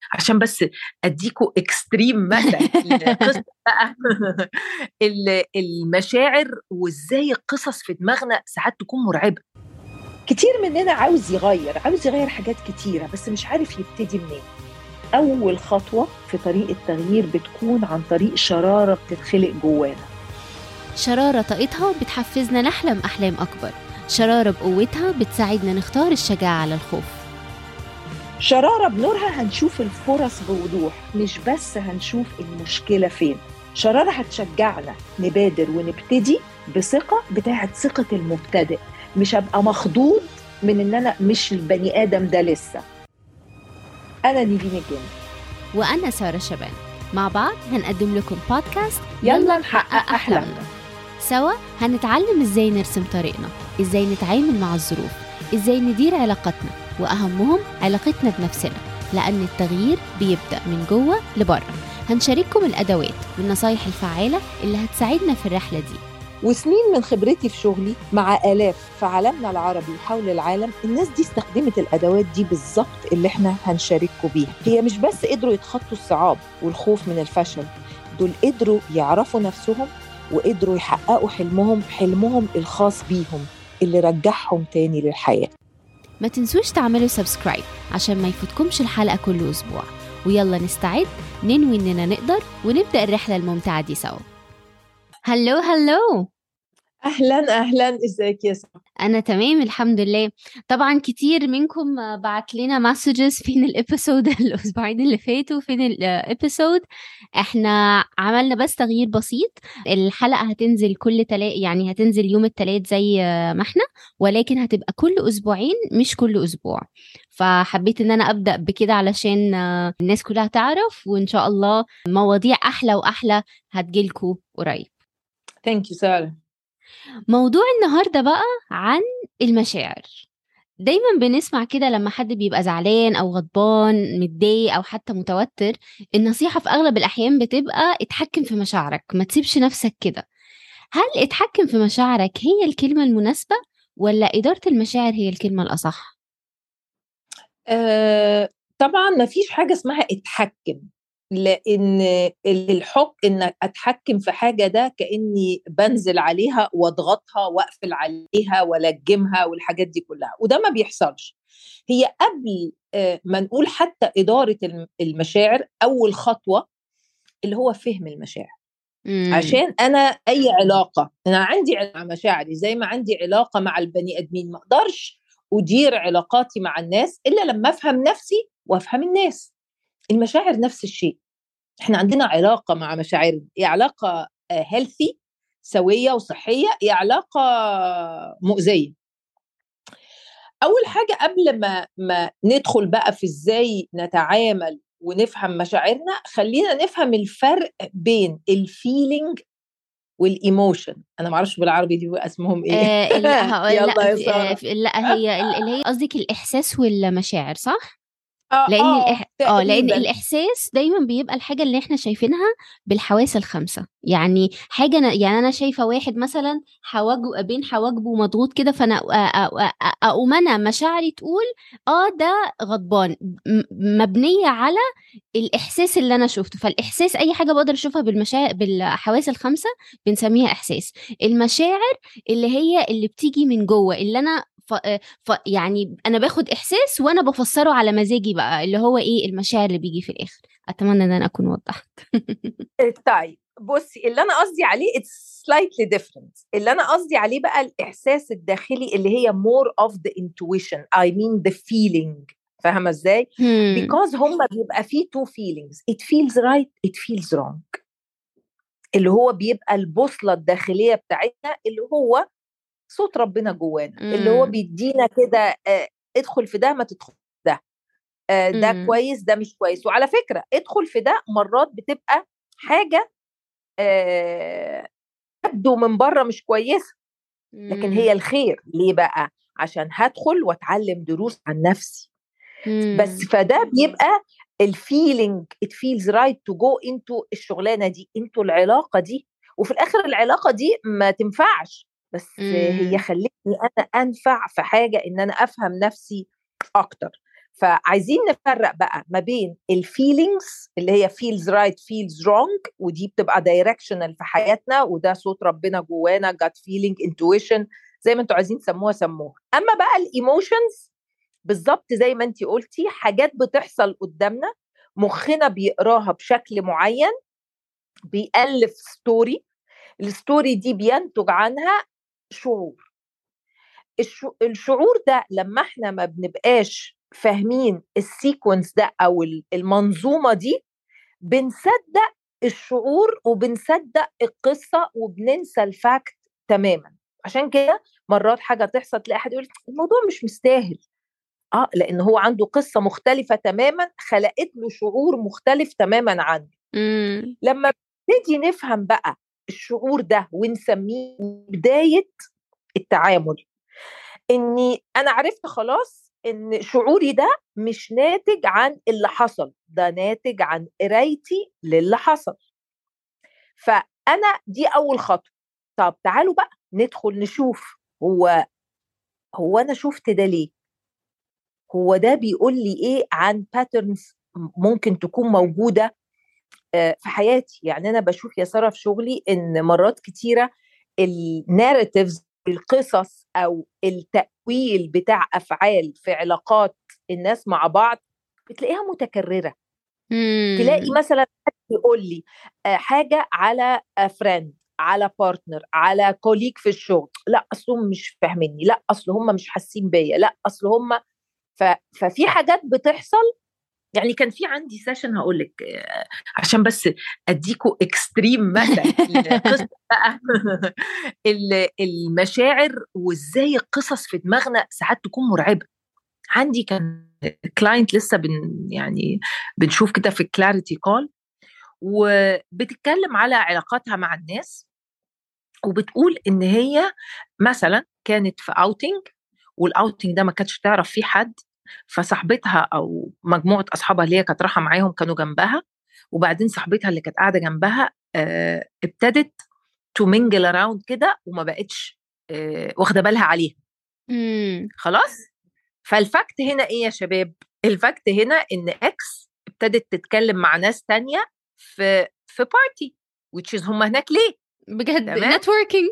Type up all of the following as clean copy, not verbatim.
عشان بس اديكوا اكستريم مثل القصه بقى. المشاعر وازاي القصص في دماغنا ساعات تكون مرعبه. كتير مننا عاوز يغير حاجات كتيره، بس مش عارف يبتدي منين. اول خطوه في طريق التغيير بتكون عن طريق شراره بتتخلق جوانا. شرارة طاقتها بتحفزنا نحلم أحلام أكبر، شرارة بقوتها بتساعدنا نختار الشجاعة على الخوف. شرارة بنورها هنشوف الفرص بوضوح، مش بس هنشوف المشكلة فين. شرارة هتشجعنا نبادر ونبتدي بثقة، بتاعت ثقة المبتدئ. مش هبقى مخضوض من ان انا مش البني آدم ده لسه. انا نيفين الجن، وأنا سارة شبان، مع بعض هنقدم لكم بودكاست يلا نحقق أحلامنا. سوا هنتعلم إزاي نرسم طريقنا، إزاي نتعامل مع الظروف، إزاي ندير علاقتنا، وأهمهم علاقتنا بنفسنا، لأن التغيير بيبدأ من جوه لبره. هنشارككم الأدوات والنصايح الفعالة اللي هتساعدنا في الرحلة دي. وسنين من خبرتي في شغلي مع آلاف في عالمنا العربي وحول العالم، الناس دي استخدمت الأدوات دي بالظبط اللي احنا هنشارككم بيها. هي مش بس قدروا يتخطوا الصعاب والخوف من الفشل، دول قدروا يعرفوا نفسهم وقدروا يحققوا حلمهم الخاص بيهم اللي رجعهم تاني للحياة. ما تنسوش تعملوا سبسكرايب عشان ما يفوتكمش الحلقة كل أسبوع، ويلا نستعد ننوي إننا نقدر ونبدأ الرحلة الممتعة دي سوا. هلو أهلا، إزيك يا سارة؟ أنا تمام الحمد لله. طبعا كتير منكم بعت لنا مسجز فين الابيسود الأسبوعين اللي فاتوا، فين الابيسود. احنا عملنا بس تغيير بسيط. الحلقة هتنزل كل يعني هتنزل يوم التلات زي ما احنا، ولكن هتبقى كل أسبوعين مش كل أسبوع. فحبيت ان انا أبدأ بكده علشان الناس كلها تعرف، وإن شاء الله مواضيع أحلى وأحلى هتجيلكوا قريب. ثانك يو سارة. موضوع النهاردة بقى عن المشاعر. دايما بنسمع كده لما حد بيبقى زعلان أو غضبان متضايق أو حتى متوتر، النصيحة في أغلب الأحيان بتبقى اتحكم في مشاعرك، ما تسيبش نفسك كده. هل اتحكم في مشاعرك هي الكلمة المناسبة، ولا إدارة المشاعر هي الكلمة الأصح؟ طبعا ما فيش حاجة اسمها اتحكم، لأن الحكم إن أتحكم في حاجة ده كأني بنزل عليها واضغطها واقفل عليها ولجمها والحاجات دي كلها، وده ما بيحصلش. هي قبل ما نقول حتى إدارة المشاعر، أول خطوة اللي هو فهم المشاعر. عشان أنا أي علاقة، أنا عندي مع مشاعري زي ما عندي علاقة مع البني آدمين. ما أقدرش أدير علاقاتي مع الناس إلا لما أفهم نفسي وأفهم الناس. المشاعر نفس الشيء. احنا عندنا علاقة مع مشاعرنا، هي علاقة healthy سوية وصحية، هي علاقة مؤذية. أول حاجة قبل ما ندخل بقى في إزاي نتعامل ونفهم مشاعرنا، خلينا نفهم الفرق بين الفيلينج والايموشن. انا ما اعرفش بالعربي دي بقى اسمهم ايه. لا يلا يا سارة. لا، هي اللي هي قصدك الإحساس والمشاعر، صح؟ اه لان تقريبا. الاحساس دايما بيبقى الحاجه اللي احنا شايفينها بالحواس الخمسه. يعني حاجه يعني انا شايفه واحد مثلا حواجبه بين حواجبه مضغوط كده، فانا اقوم انا مشاعري تقول ده غضبان، مبنيه على الاحساس اللي انا شفته. فالاحساس اي حاجه بقدر اشوفها بالحواس الخمسه بنسميها احساس. المشاعر اللي هي اللي بتيجي من جوه، اللي انا يعني انا باخد احساس وانا بفسره على مزاجي بقى، اللي هو ايه المشاعر اللي بيجي في الاخر. اتمنى ان انا اكون وضحت. طيب بصي، اللي انا قصدي عليه it's slightly different. اللي انا قصدي عليه بقى الاحساس الداخلي اللي هي more of the intuition, I mean the feeling. فاهمه ازاي؟ because هم بيبقى فيه two feelings, it feels right, it feels wrong. اللي هو بيبقى البوصله الداخليه بتاعتنا، اللي هو صوت ربنا جوانا، اللي هو بيدينا كده ادخل في ده، ما تدخل في ده، ده كويس، ده مش كويس. وعلى فكرة ادخل في ده مرات بتبقى حاجة تبدو من بره مش كويسة، لكن هي الخير. ليه بقى؟ عشان هدخل واتعلم دروس عن نفسي. بس فده بيبقى الفيلينج it feels right to go into الشغلانة دي، into العلاقة دي. وفي الآخر العلاقة دي ما تنفعش، بس هي خلتني أنا أنفع في حاجة، إن أنا أفهم نفسي أكتر. فعايزين نفرق بقى ما بين الفيلينجز اللي هي feels right feels wrong، ودي بتبقى directional في حياتنا، وده صوت ربنا جوانا، gut feeling intuition، زي ما انتوا عايزين سموها سموها. اما بقى الايموشنز بالظبط زي ما انتي قلتي، حاجات بتحصل قدامنا مخنا بيقراها بشكل معين، بيألف ستوري، الستوري دي بينتج عنها شعور. الشعور ده لما احنا ما بنبقاش فاهمين السيكونس ده او المنظومة دي، بنصدق الشعور وبنصدق القصة وبننسى الفاكت تماما. عشان كده مرات حاجة تحصل تلاقي حد يقول الموضوع مش مستاهل، لان هو عنده قصة مختلفة تماما خلقت له شعور مختلف تماما عنه. لما نيجي نفهم بقى الشعور ده ونسميه بداية التعامل، اني انا عرفت خلاص ان شعوري ده مش ناتج عن اللي حصل، ده ناتج عن قرايتي للي حصل. فانا دي اول خطوة. طب تعالوا بقى ندخل نشوف هو انا شفت ده ليه، هو ده بيقول لي ايه عن باترنز ممكن تكون موجودة في حياتي. يعني انا بشوف يا سارة في شغلي ان مرات كتيرة الناريتيفز، القصص او التأويل بتاع افعال في علاقات الناس مع بعض بتلاقيها متكررة. تلاقي مثلا حد يقول لي حاجة على فريند، على بارتنر، على كوليك في الشغل، لا اصلهم مش فاهميني، لا اصل هم مش حاسين بيا، لا اصل هم ففي حاجات بتحصل. يعني كان في عندي سيشن هقول لك عشان بس اديكوا اكستريم مثل قصه بقى المشاعر وازاي القصص في دماغنا ساعات تكون مرعبه. عندي كان كلاينت لسه يعني بنشوف كده في كلاريتي كول، وبتتكلم على علاقاتها مع الناس، وبتقول ان هي مثلا كانت في اوتنج، والاوتنج ده ما كانتش تعرف فيه حد، فصاحبتها او مجموعه اصحابها اللي هي كانت رايحه معاهم كانوا جنبها، وبعدين صاحبتها اللي كانت قاعده جنبها ابتدت تو مينجل اراوند كده وما بقتش واخده بالها عليها. خلاص. فالفاكت هنا ايه يا شباب؟ الفاكت هنا ان اكس ابتدت تتكلم مع ناس تانية في بارتي which is هم هناك ليه بجد نتوركينج.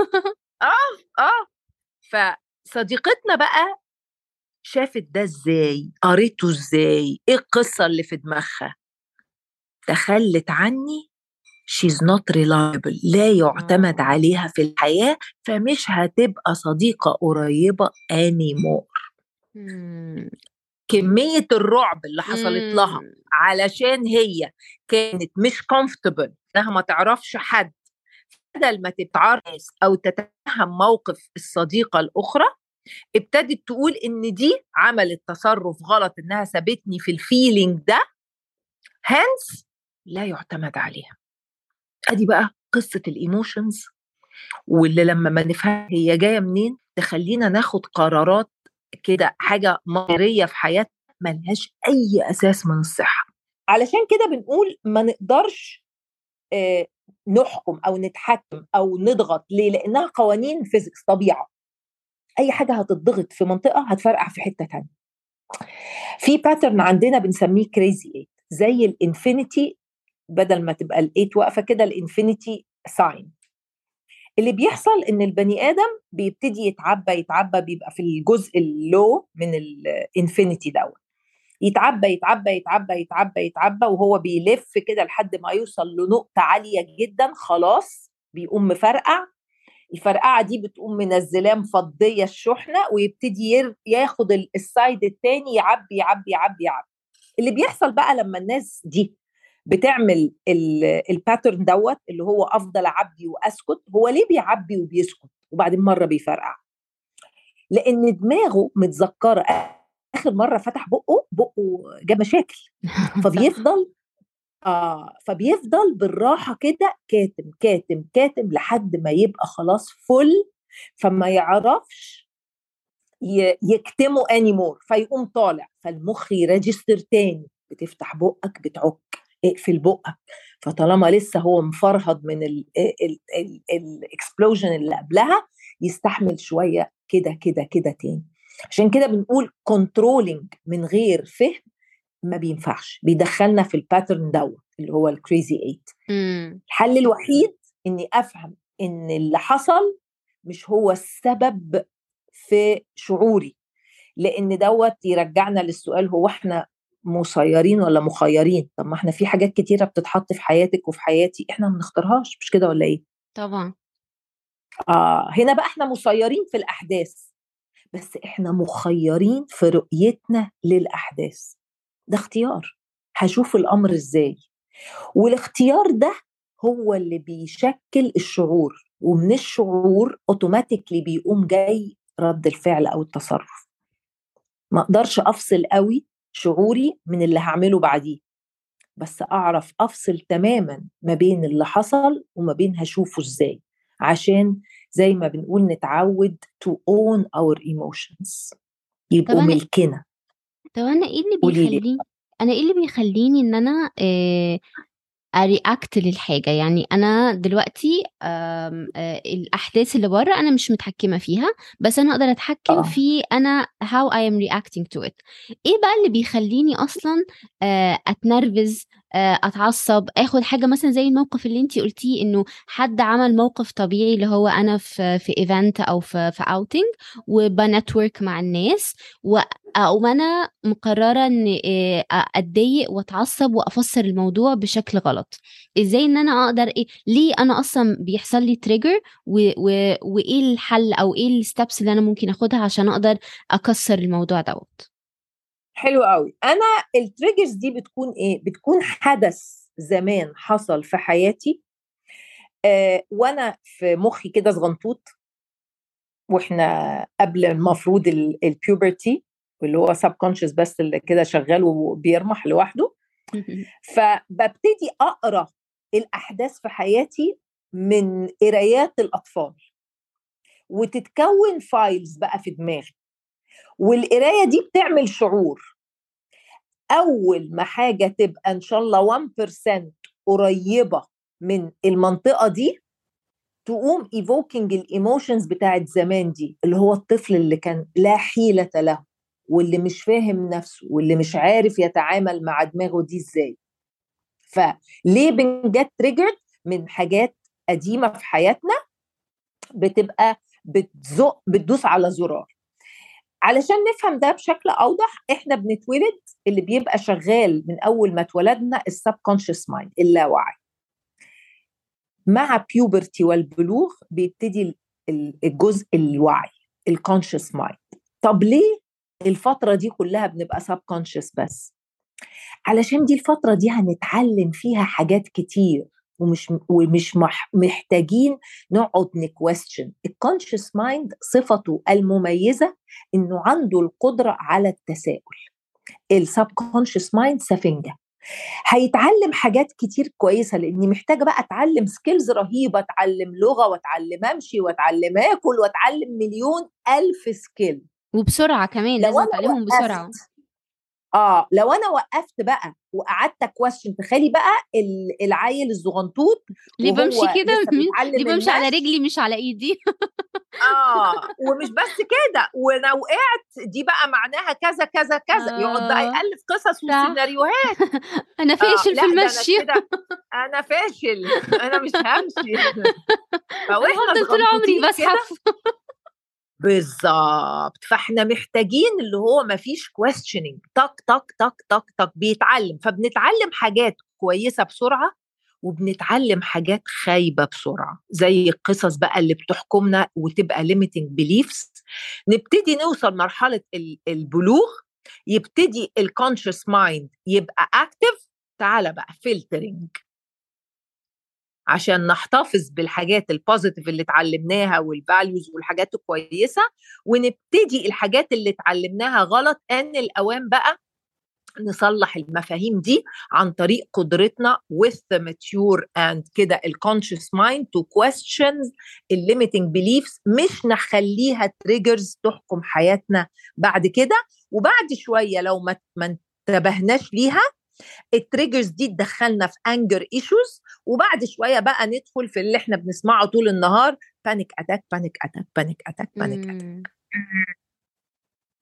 فصديقتنا بقى شافت ده ازاي، قريته ازاي، ايه القصة اللي في دماغها، تخلت عني she's not reliable، لا يعتمد عليها في الحياة، فمش هتبقى صديقة قريبة anymore. كمية الرعب اللي حصلت لها علشان هي كانت مش comfortable انها ما تعرفش حد، بدل ما تتعرس او تتفهم موقف الصديقة الاخرى، ابتدت تقول ان دي عملت تصرف غلط انها سابتني في الفيلينج ده، هانس لا يعتمد عليها. ادي بقى قصة الايموشنز، واللي لما ما نفهم هي جاية منين تخلينا ناخد قرارات كده حاجة مصيرية في حياتنا ملهاش اي اساس من الصحة. علشان كده بنقول ما نقدرش نحكم او نتحكم او نضغط. ليه؟ لانها قوانين فيزيكس، طبيعة. اي حاجة هتضغط في منطقة هتفرقع في حتة تانية. في باترن عندنا بنسميه كريزي 8، زي الانفينيتي، بدل ما تبقى الايت واقفه كده الانفينيتي ساين. اللي بيحصل ان البني ادم بيبتدي يتعبى يتعبى، بيبقى في الجزء اللو من الانفينيتي دوت، يتعبى يتعبى يتعبى يتعبى يتعبى، وهو بيلف كده لحد ما يوصل لنقطه عاليه جدا، خلاص بيقوم مفرقع. الفرقعه دي بتقوم منزلاه مفضيه الشحنه، ويبتدي ياخد السايد التاني يعبي يعبي يعبي يعبي. اللي بيحصل بقى لما الناس دي بتعمل الباترن دوت اللي هو افضل اعبي واسكت، هو ليه بيعبي وبيسكت وبعدين مره بيفرقع؟ لان دماغه متذكره اخر مره فتح بقه جاب مشاكل، فبيفضل فبيفضل بالراحه كده كاتم كاتم كاتم لحد ما يبقى خلاص فل، فما يعرفش يكتمه انيمور، فيقوم طالع، فالمخ يريجستر تاني، بتفتح بقك بتعك، اقفل بقك. فطالما لسه هو مفرهد من الاكسبلوجن اللي قبلها، يستحمل شويه كده كده كده تاني. عشان كده بنقول كنترولينج من غير فهم ما بينفعش، بيدخلنا في الباترن دوت اللي هو الكريزي ايت. الحل الوحيد اني افهم ان اللي حصل مش هو السبب في شعوري، لان دوت يرجعنا للسؤال هو احنا مسيرين ولا مخيرين؟ طب ما احنا في حاجات كتيرة بتتحط في حياتك وفي حياتي احنا ما بنختارهاش، مش كده ولا ايه؟ طبعا. هنا بقى احنا مسيرين في الاحداث، بس احنا مخيرين في رؤيتنا للاحداث. ده اختيار، هشوف الامر ازاي، والاختيار ده هو اللي بيشكل الشعور، ومن الشعور اوتوماتيكلي بيقوم جاي رد الفعل او التصرف. ما اقدرش افصل قوي شعوري من اللي هعمله بعديه، بس اعرف افصل تماما ما بين اللي حصل وما بين هشوفه ازاي، عشان زي ما بنقول نتعود to own our emotions، طب يبقوا انا ملكنا. طب انا ايه اللي قولي لي. بيخليني انا ايه اللي بيخليني ان انا ارياكت للحاجة؟ يعني انا دلوقتي الاحداث اللي بره انا مش متحكمة فيها، بس انا اقدر اتحكم اه في انا how I am reacting to it. ايه بقى اللي بيخليني اصلا اتنرفز، اتعصب، اخد حاجة مثلا زي الموقف اللي انتي قلتيه، انه حد عمل موقف طبيعي اللي هو انا في ايفنت او في اوتنج وبنتورك مع الناس، او انا مقررة ان اتضايق واتعصب وافسر الموضوع بشكل غلط. ازاي ان انا اقدر ليه انا اصلا بيحصل لي تريجر، وايه الحل او ايه الستبس اللي انا ممكن اخدها عشان اقدر اكسر الموضوع دوت؟ حلو قوي. انا التريجرز دي بتكون ايه؟ بتكون حدث زمان حصل في حياتي، وانا في مخي كده صغنطوط، واحنا قبل المفروض البيوبرتي، واللي هو سب كونشس بس اللي كده شغال وبيرمح لوحده. فببتدي اقرا الاحداث في حياتي من قرايات الاطفال، وتتكون فايلز بقى في دماغي، والقرايه دي بتعمل شعور. اول ما حاجه تبقى ان شاء الله 1% قريبه من المنطقه دي، تقوم ايفوكينج الايموشنز بتاعت زمان دي، اللي هو الطفل اللي كان لا حيلة له، واللي مش فاهم نفسه، واللي مش عارف يتعامل مع دماغه دي ازاي. فليه بنجت تريجرد من حاجات قديمة في حياتنا، بتبقى بتدوس على زرار. علشان نفهم ده بشكل اوضح، احنا بنتولد، اللي بيبقى شغال من اول ما اتولدنا السب كونشس مايند، اللاوعي. مع بيوبرتي والبلوغ بيبتدي الجزء الوعي، الكونشس مايند. طب ليه الفترة دي كلها بنبقى سب كونشس بس؟ علشان دي الفترة دي هنتعلم فيها حاجات كتير، ومش محتاجين نقعد نكويستشن. الكونشس مايند صفته المميزة انه عنده القدرة على التساؤل. السب كونشس مايند سفنجة، هيتعلم حاجات كتير كويسة، لاني محتاجة بقى اتعلم سكيلز رهيبة، اتعلم لغة، واتعلم امشي، واتعلم اكل، واتعلم مليون الف سكيل. وبسرعة كمان، لو لازم انا اتعلمهم بسرعة. وقفت لو انا وقفت بقى وقعدت كويشن، تخيلي بقى العيل الصغنطوط ليه بمشي وهو كده؟ لسه ليه بيتعلم بمشي على المشي. رجلي مش على ايدي؟ ومش بس كده، وانا وقعت دي بقى معناها كذا كذا كذا، يقعد بقى آه، يألف قصص صح. وسيناريوهات. انا فاشل في لا ده انا المشي. كده، انا فاشل انا مش همشي. انا فاحنا هفضل طول عمري صغنطوطين كده. بزحف. بالظبط، فاحنا محتاجين اللي هو ما فيش كويستشننج، تك تك تك تك تك بيتعلم. فبنتعلم حاجات كويسة بسرعة، وبنتعلم حاجات خايبة بسرعة، زي القصص بقى اللي بتحكمنا وتبقى limiting beliefs. نبتدي نوصل مرحلة البلوغ، يبتدي الكونشس مايند يبقى اكتف. تعالى بقى فلترنج، عشان نحتفظ بالحاجات البوزيتيف اللي اتعلمناها والفاليوز والحاجات الكويسه، ونبتدي الحاجات اللي اتعلمناها غلط ان الاوان بقى نصلح المفاهيم دي عن طريق قدرتنا with the mature and كده الكونشس مايند to questions limiting beliefs، مش نخليها triggers تحكم حياتنا بعد كده. وبعد شويه لو ما انتبهناش ليها، التريجرز دي تدخلنا في انجر ايشوز، وبعد شويه بقى ندخل في اللي احنا بنسمعه طول النهار: بانيك اتاك بانيك اتاك بانيك اتاك بانيك اتاك.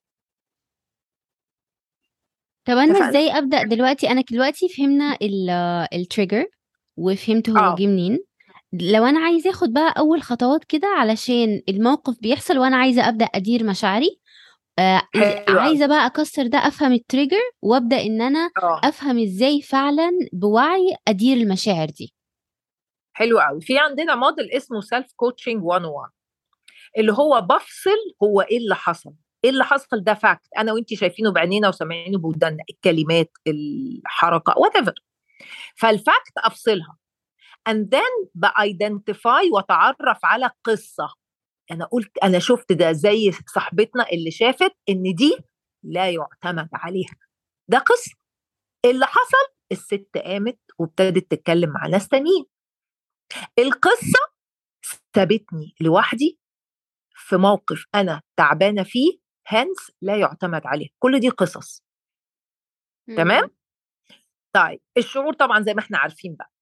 طب انا اتفقنا؟ ازاي ابدا دلوقتي؟ انا دلوقتي فهمنا التريجر وفهمت هو جه منين. لو انا عايزه اخد بقى اول خطوات كده علشان الموقف بيحصل وانا عايزه ابدا ادير مشاعري، حلو قوي. عايزه بقى اكسر ده، افهم التريجر وابدا ان انا افهم ازاي فعلا بوعي ادير المشاعر دي. حلو قوي. في عندنا موديل اسمه سيلف كوتشنج 101، اللي هو بفصل هو ايه اللي حصل. ايه اللي حصل ده فاكت، انا وانتي شايفينه بعينينا وسامعينه بودنا، الكلمات، الحركه، وات ايفر. فالفاكت افصلها and then بايدنتيفاي واتعرف على قصه. انا قلت انا شفت ده، زي صاحبتنا اللي شافت ان دي لا يعتمد عليها، ده قصه. اللي حصل الست قامت وابتدت تتكلم مع ناس تانيين. القصه سابتني لوحدي في موقف انا تعبانه فيه، هنس لا يعتمد عليه. كل دي قصص. تمام. طيب الشعور طبعا زي ما احنا عارفين بقى.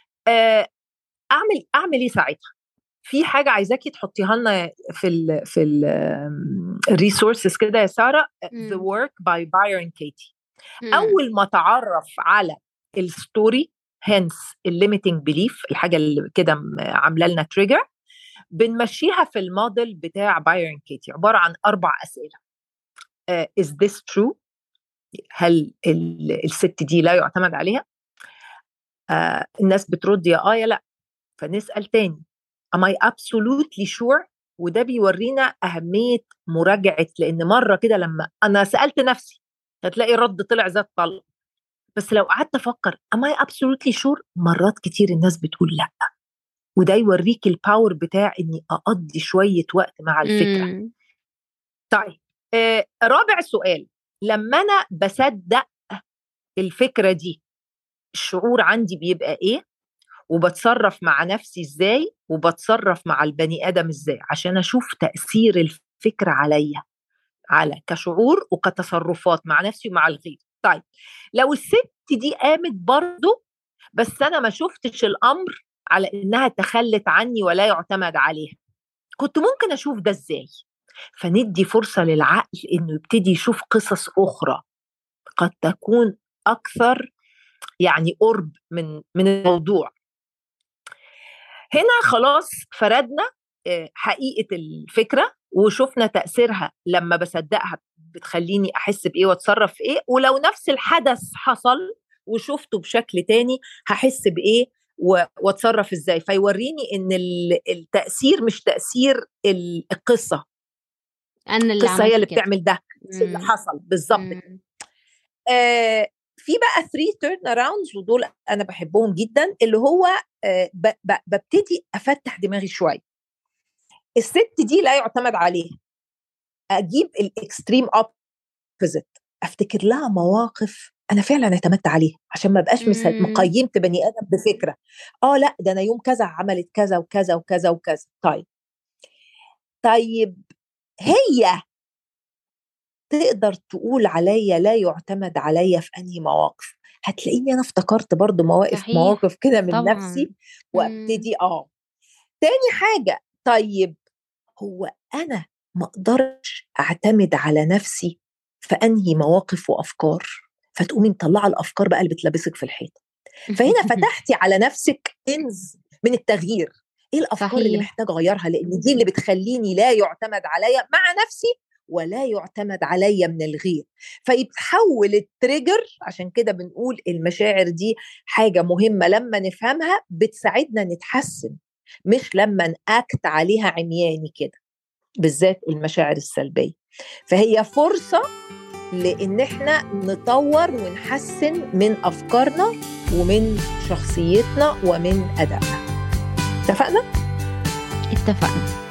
اعمل ايه ساعتها؟ في حاجه عايزاكي تحطيها لنا في الريسورسز كده يا ساره. The Work by Byron Katie. اول ما تعرف على الستوري، هنس الليميتنج بليف، الحاجه اللي كده عامله لنا تريجر، بنمشيها في الموديل بتاع بايرن كيتي، عباره عن 4 اسئله. is this true؟ هل الست دي لا يعتمد عليها؟ الناس بترد يا يا لا. فنسال تاني am I absolutely sure؟ وده بيورينا أهمية مراجعة، لأن مرة كده لما أنا سألت نفسي هتلاقي الرد طلع زي الطلق، بس لو قعدت أفكر am I absolutely sure، مرات كتير الناس بتقول لا. وده يوريك الباور بتاع إني أقضي شوية وقت مع الفكرة. طيب رابع سؤال، لما أنا بصدق الفكرة دي الشعور عندي بيبقى إيه؟ وبتصرف مع نفسي ازاي، وبتصرف مع البني ادم ازاي، عشان اشوف تاثير الفكره عليا، على كشعور وكتصرفات مع نفسي ومع الغير. طيب لو الست دي قامت برضو بس انا ما شفتش الامر على انها تخلت عني ولا يعتمد عليها، كنت ممكن اشوف ده ازاي؟ فندي فرصه للعقل انه يبتدي يشوف قصص اخرى قد تكون اكثر يعني قرب من الموضوع. هنا خلاص فردنا حقيقة الفكرة وشفنا تأثيرها. لما بصدقها بتخليني أحس بإيه واتصرف في إيه، ولو نفس الحدث حصل وشفته بشكل تاني هحس بإيه واتصرف إزاي. فيوريني إن التأثير مش تأثير القصة، أنا اللي القصة هي اللي كده. بتعمل ده، مش اللي حصل بالظبط. في بقى 3 تيرن اراوندز، ودول انا بحبهم جدا، اللي هو ببتدي افتح دماغي شويه. الست دي لا يعتمد عليها، اجيب الاكستريم اوبوزيت، افتكر لها مواقف انا فعلا اعتمدت عليها، عشان ما بقاش مقيمت بني ادم بفكره لا ده انا يوم كذا عملت كذا وكذا وكذا وكذا. طيب هي تقدر تقول عليا لا يعتمد عليا في أنهي مواقف؟ هتلاقيني أنا افتكرت برضو مواقف كده من طبعا. نفسي وابتدي تاني حاجة، طيب هو أنا ما أقدرش أعتمد على نفسي في أنهي مواقف وأفكار؟ فتقومي مطلعة الأفكار بقى اللي بتلبسك في الحيط. فهنا فتحتي على نفسك كنز من التغيير. ايه الافكار اللي محتاجه اغيرها؟ لان دي اللي بتخليني لا يعتمد عليا مع نفسي ولا يعتمد عليا من الغير. فيتحول التريجر. عشان كده بنقول المشاعر دي حاجه مهمه، لما نفهمها بتساعدنا نتحسن، مش لما نأكت عليها عمياني كده، بالذات المشاعر السلبيه. فهي فرصه لان احنا نطور ونحسن من افكارنا ومن شخصيتنا ومن ادائنا. اتفقنا؟ اتفقنا.